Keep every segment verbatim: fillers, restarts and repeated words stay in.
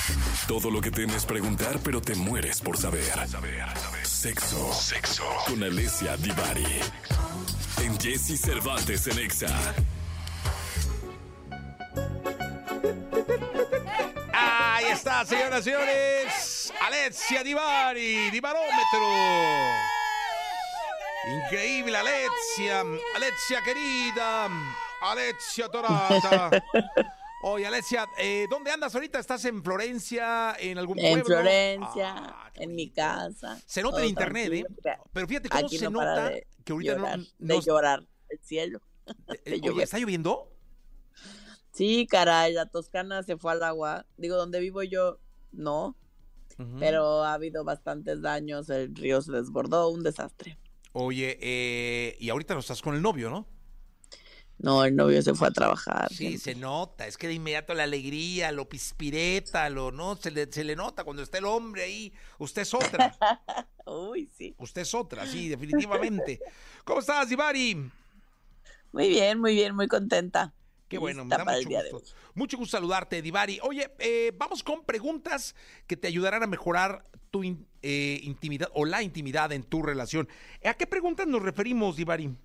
Todo lo que temes preguntar, pero te mueres por saber. Sexo. Sexo. Con Alessia Divari. En Jesse Cervantes en Exa. Ahí está, señoras y señores. Alessia Divari, Divarómetro. Increíble, Alessia. Alessia querida. Alessia dorata. Oye, Alessia, eh, ¿dónde andas ahorita? ¿Estás en Florencia, en algún pueblo? En Florencia, Ah, en mi casa. se nota en internet, ¿eh? Pero fíjate cómo Aquí se no para nota de que ahorita llorar, no, de no- llorar el cielo. eh, de oye, llover. ¿está lloviendo? Sí, caray, la Toscana se fue al agua. Digo, donde vivo yo, no, Ujú. pero ha habido bastantes daños, el río se desbordó, un desastre. Oye, eh, y ahorita no estás con el novio, ¿no? No, el novio se fue a trabajar. Sí, siempre. se nota, es que de inmediato la alegría, lo pispireta, lo, ¿no? Se le, se le nota cuando está el hombre ahí. Usted es otra, Uy, sí. usted es otra, sí, definitivamente. ¿Cómo estás, Divari? Muy bien, muy bien, muy contenta. Qué bueno, me Lista da para mucho el día de gusto. hoy. Mucho gusto saludarte, Divari. Oye, eh, vamos con preguntas que te ayudarán a mejorar tu in- eh, intimidad o la intimidad en tu relación. ¿A qué preguntas nos referimos, Divari?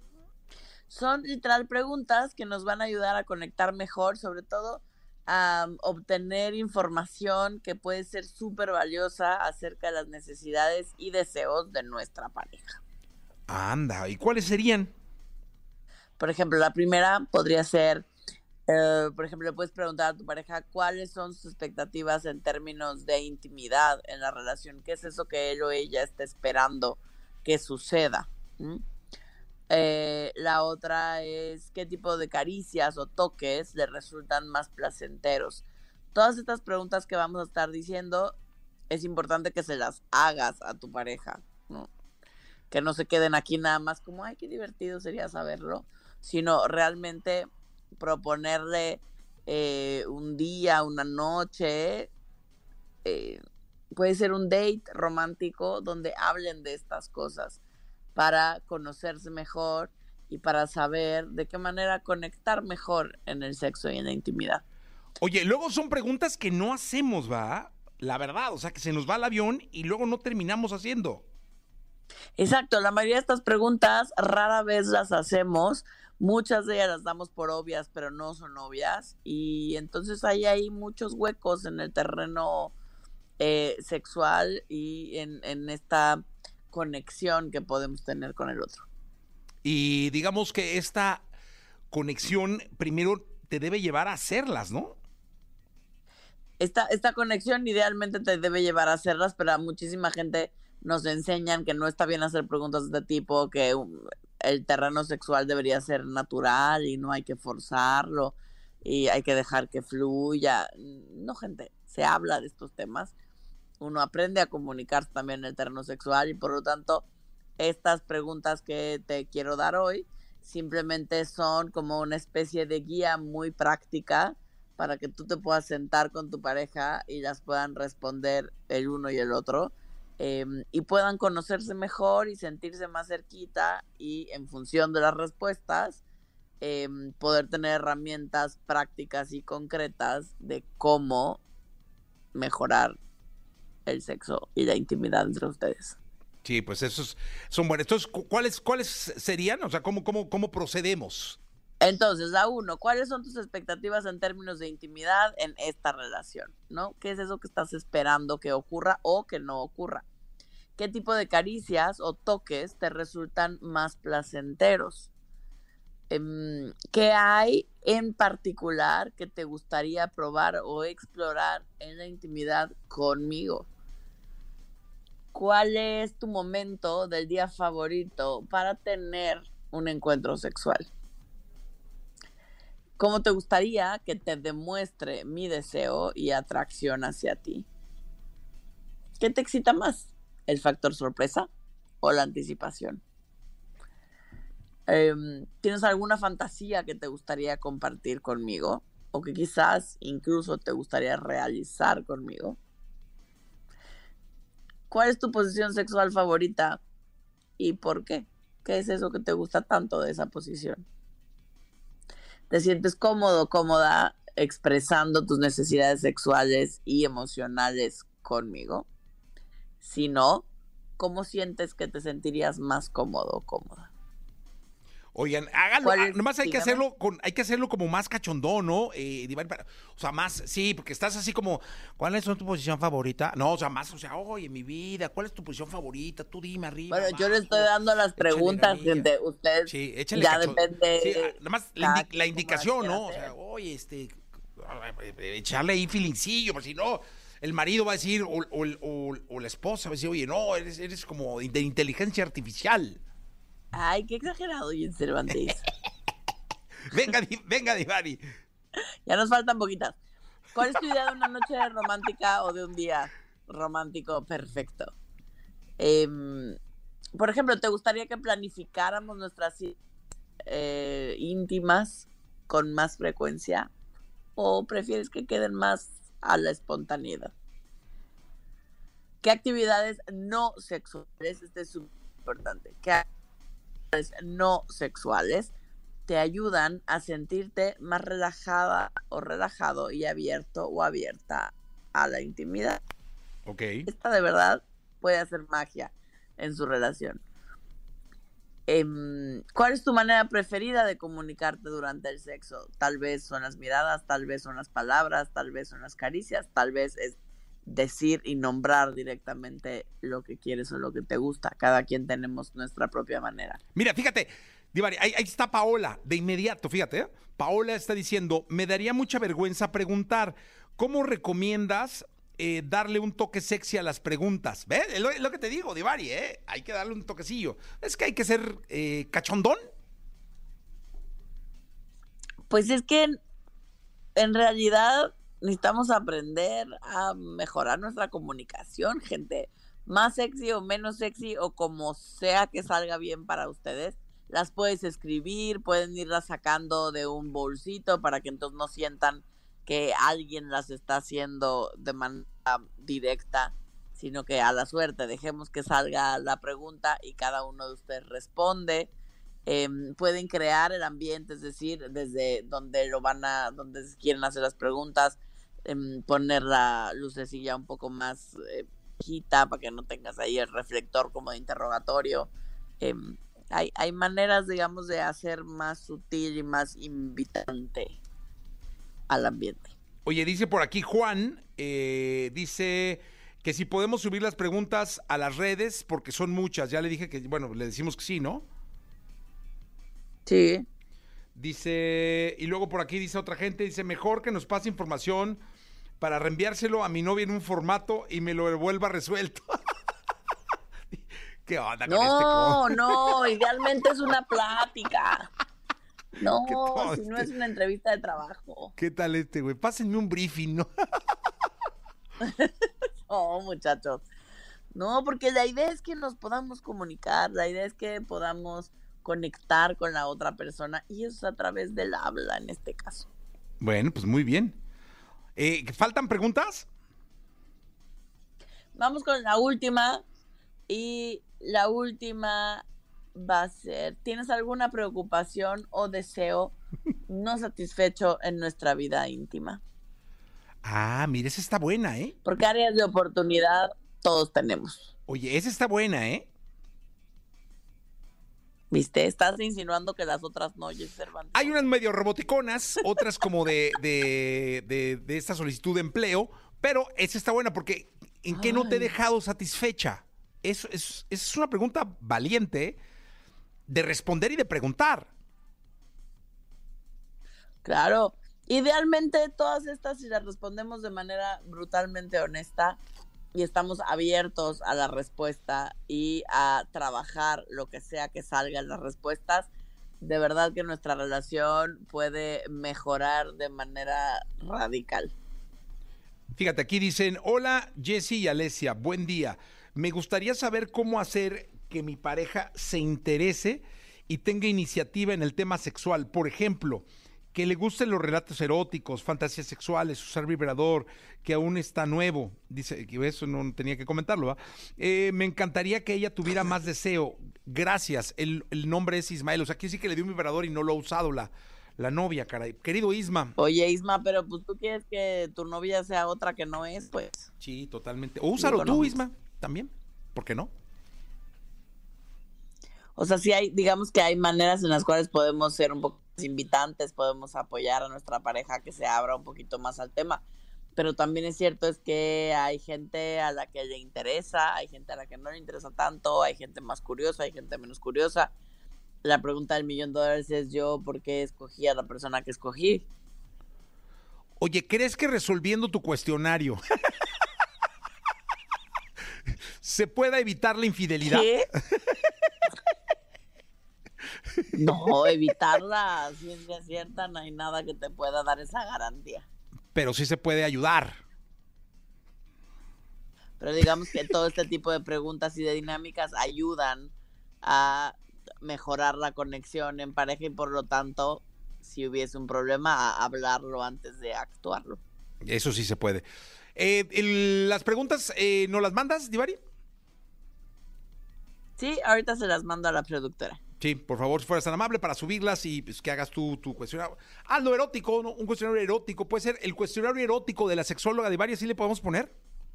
Son literal preguntas que nos van a ayudar a conectar mejor, sobre todo a um, obtener información que puede ser súper valiosa acerca de las necesidades y deseos de nuestra pareja. Anda, ¿y cuáles serían? Por ejemplo, la primera podría ser, eh, por ejemplo, le puedes preguntar a tu pareja cuáles son sus expectativas en términos de intimidad en la relación. ¿Qué es eso que él o ella está esperando que suceda? ¿Mm? Eh, la otra es qué tipo de caricias o toques le resultan más placenteros. Todas estas preguntas que vamos a estar diciendo es importante que se las hagas a tu pareja, ¿no? Que no se queden aquí nada más como, ay, qué divertido sería saberlo, sino realmente proponerle eh, un día, una noche, eh, puede ser un date romántico donde hablen de estas cosas para conocerse mejor y para saber de qué manera conectar mejor en el sexo y en la intimidad. Oye, luego son preguntas que no hacemos, ¿va? La verdad, o sea, que se nos va el avión y luego no terminamos haciendo. Exacto, la mayoría de estas preguntas rara vez las hacemos, muchas de ellas las damos por obvias, pero no son obvias, y entonces ahí hay muchos huecos en el terreno eh, sexual y en, en esta conexión que podemos tener con el otro. Y digamos que esta conexión primero te debe llevar a hacerlas, ¿no? Esta, esta conexión idealmente te debe llevar a hacerlas, pero a muchísima gente nos enseñan que no está bien hacer preguntas de este tipo, que um, el terreno sexual debería ser natural y no hay que forzarlo y hay que dejar que fluya. No, gente, se habla de estos temas. Uno aprende a comunicarse también en el terreno sexual y por lo tanto estas preguntas que te quiero dar hoy simplemente son como una especie de guía muy práctica para que tú te puedas sentar con tu pareja y las puedan responder el uno y el otro, eh, y puedan conocerse mejor y sentirse más cerquita y en función de las respuestas eh, poder tener herramientas prácticas y concretas de cómo mejorar el sexo y la intimidad entre ustedes. Sí, pues esos son buenos. Entonces, cu- ¿cuáles, cuáles serían? O sea, ¿cómo, cómo, cómo procedemos? Entonces, la uno, ¿cuáles son tus expectativas en términos de intimidad en esta relación? ¿No? ¿Qué es eso que estás esperando que ocurra o que no ocurra? ¿Qué tipo de caricias o toques te resultan más placenteros? Em, ¿Qué hay en particular que te gustaría probar o explorar en la intimidad conmigo? ¿Cuál es tu momento del día favorito para tener un encuentro sexual? ¿Cómo te gustaría que te demuestre mi deseo y atracción hacia ti? ¿Qué te excita más? ¿El factor sorpresa o la anticipación? Eh, ¿Tienes alguna fantasía que te gustaría compartir conmigo? ¿O que quizás incluso te gustaría realizar conmigo? ¿Cuál es tu posición sexual favorita y por qué? ¿Qué es eso que te gusta tanto de esa posición? ¿Te sientes cómodo, cómoda expresando tus necesidades sexuales y emocionales conmigo? Si no, ¿cómo sientes que te sentirías más cómodo o cómoda? Oigan, háganlo, ¿Cuál ah, es? nomás hay que Dígame. hacerlo con, hay que hacerlo como más cachondón, ¿no? Eh, Divari, para- o sea, más, sí, porque estás así como, ¿cuál es tu posición favorita? No, o sea, más, o sea, oye, mi vida, ¿cuál es tu posición favorita? Tú dime arriba, Bueno, yo le abajo, estoy dando las échale preguntas, gramilla. gente. Usted Sí, échale ya cacho- depende. Sí, ah, nada más la, cada indi- quien la cómo indicación, quiera ¿no? O hacer. sea, oye, este, echarle ahí filincillo, porque si no, el marido va a decir, o, o, o- o la esposa va a decir, oye, no, eres, eres como de inteligencia artificial. Ay, qué exagerado, Jim Cervantes. Venga, Di- venga, Divari. Ya nos faltan poquitas. ¿Cuál es tu idea de una noche romántica o de un día romántico perfecto? Em, por ejemplo, ¿te gustaría que planificáramos nuestras citas eh, íntimas con más frecuencia? ¿O prefieres que queden más a la espontaneidad? ¿Qué actividades no sexuales, este es súper importante, qué actividades no sexuales te ayudan a sentirte más relajada o relajado y abierto o abierta a la intimidad? Ok. Esta de verdad puede hacer magia en su relación. Em, ¿Cuál es tu manera preferida de comunicarte durante el sexo? Tal vez son las miradas, tal vez son las palabras, tal vez son las caricias, tal vez es decir y nombrar directamente lo que quieres o lo que te gusta. Cada quien tenemos nuestra propia manera. Mira, fíjate, Divari, ahí, ahí está Paola, de inmediato, fíjate. ¿eh? Paola está diciendo, me daría mucha vergüenza preguntar, ¿cómo recomiendas eh, darle un toque sexy a las preguntas? ¿Ves? Es lo, es lo que te digo, Divari, ¿eh? Hay que darle un toquecillo. Es que hay que ser eh, cachondón. Pues es que en, en realidad necesitamos aprender a mejorar nuestra comunicación, gente. Más sexy o menos sexy o como sea que salga bien para ustedes. Las puedes escribir, pueden irlas sacando de un bolsito para que entonces no sientan que alguien las está haciendo de manera directa, sino que a la suerte dejemos que salga la pregunta y cada uno de ustedes responde. Eh, pueden crear el ambiente, es decir, desde donde lo van a, donde quieren hacer las preguntas, eh, poner la lucecilla un poco más eh, quita para que no tengas ahí el reflector como de interrogatorio. Eh, hay, hay maneras, digamos, de hacer más sutil y más invitante al ambiente. Oye, dice por aquí Juan, eh, dice que si podemos subir las preguntas a las redes, porque son muchas. Ya le dije que, bueno, le decimos que sí, ¿no? Sí. Dice, y luego por aquí dice otra gente, dice, mejor que nos pase información para reenviárselo a mi novia en un formato y me lo devuelva resuelto. ¿Qué onda con este? No, no, idealmente es una plática. No, ¿Qué si no tal? es una entrevista de trabajo. ¿Qué tal este, güey? Pásenme un briefing, ¿no? No, muchachos. No, porque la idea es que nos podamos comunicar, la idea es que podamos conectar con la otra persona y eso es a través del habla en este caso. Bueno, pues muy bien. Eh, ¿faltan preguntas? Vamos con la última y la última va a ser, ¿tienes alguna preocupación o deseo no satisfecho en nuestra vida íntima? Ah, mira, esa está buena, ¿eh? Porque áreas de oportunidad todos tenemos. Oye, esa está buena, ¿eh? ¿Viste? Estás insinuando que las otras no, Jess Cervantes. Hay unas medio roboticonas, otras como de, de, de, de esta solicitud de empleo, pero esa está buena porque ¿en qué no te he Ay. dejado satisfecha? Eso es, es una pregunta valiente de responder y de preguntar. Claro, idealmente todas estas, si las respondemos de manera brutalmente honesta y estamos abiertos a la respuesta y a trabajar lo que sea que salga en las respuestas, de verdad que nuestra relación puede mejorar de manera radical. Fíjate, aquí dicen, hola Jessy y Alesia, buen día. Me gustaría saber cómo hacer que mi pareja se interese y tenga iniciativa en el tema sexual. Por ejemplo, que le gusten los relatos eróticos, fantasías sexuales, usar vibrador, que aún está nuevo. Dice que eso no tenía que comentarlo, ¿va? Eh, me encantaría que ella tuviera más deseo. Gracias. El, el nombre es Ismael. O sea, aquí sí que le dio un vibrador y no lo ha usado la, la novia, caray. Querido Isma. Oye, Isma, pero pues tú quieres que tu novia sea otra que no es, pues. Sí, totalmente. O úsalo tú, Isma, también. ¿Por qué no? O sea, sí hay, digamos que hay maneras en las cuales podemos ser un poco invitantes, podemos apoyar a nuestra pareja que se abra un poquito más al tema. Pero también es cierto es que hay gente a la que le interesa, hay gente a la que no le interesa tanto, hay gente más curiosa, hay gente menos curiosa. La pregunta del millón de dólares es yo, ¿por qué escogí a la persona que escogí? Oye, ¿crees que resolviendo tu cuestionario se pueda evitar la infidelidad? ¿Qué? No, evitarla, ciencia cierta, no hay nada que te pueda dar esa garantía. Pero sí se puede ayudar. Pero digamos que todo este tipo de preguntas y de dinámicas ayudan a mejorar la conexión en pareja y por lo tanto, si hubiese un problema, a hablarlo antes de actuarlo. Eso sí se puede. Eh, el, las preguntas, eh, ¿nos las mandas, Divari? Sí, ahorita se las mando a la productora. Sí, por favor, si fueras tan amable para subirlas y pues, que hagas tú tu cuestionario. Ah, lo erótico, ¿no? Un cuestionario erótico. Puede ser el cuestionario erótico de la sexóloga Divari, ¿sí le podemos poner?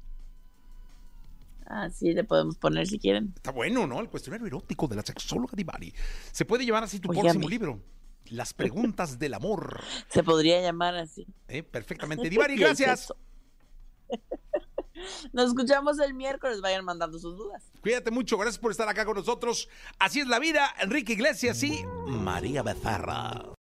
Ah, sí, le podemos poner si quieren. Está bueno, ¿no? El cuestionario erótico de la sexóloga Divari. Se puede llevar así tu Oye, próximo mi... libro. Las preguntas del amor. Se podría llamar así. ¿Eh? Perfectamente. Divari, gracias. Nos escuchamos el miércoles. Vayan mandando sus dudas. Cuídate mucho. Gracias por estar acá con nosotros. Así es la vida. Enrique Iglesias y María Becerra.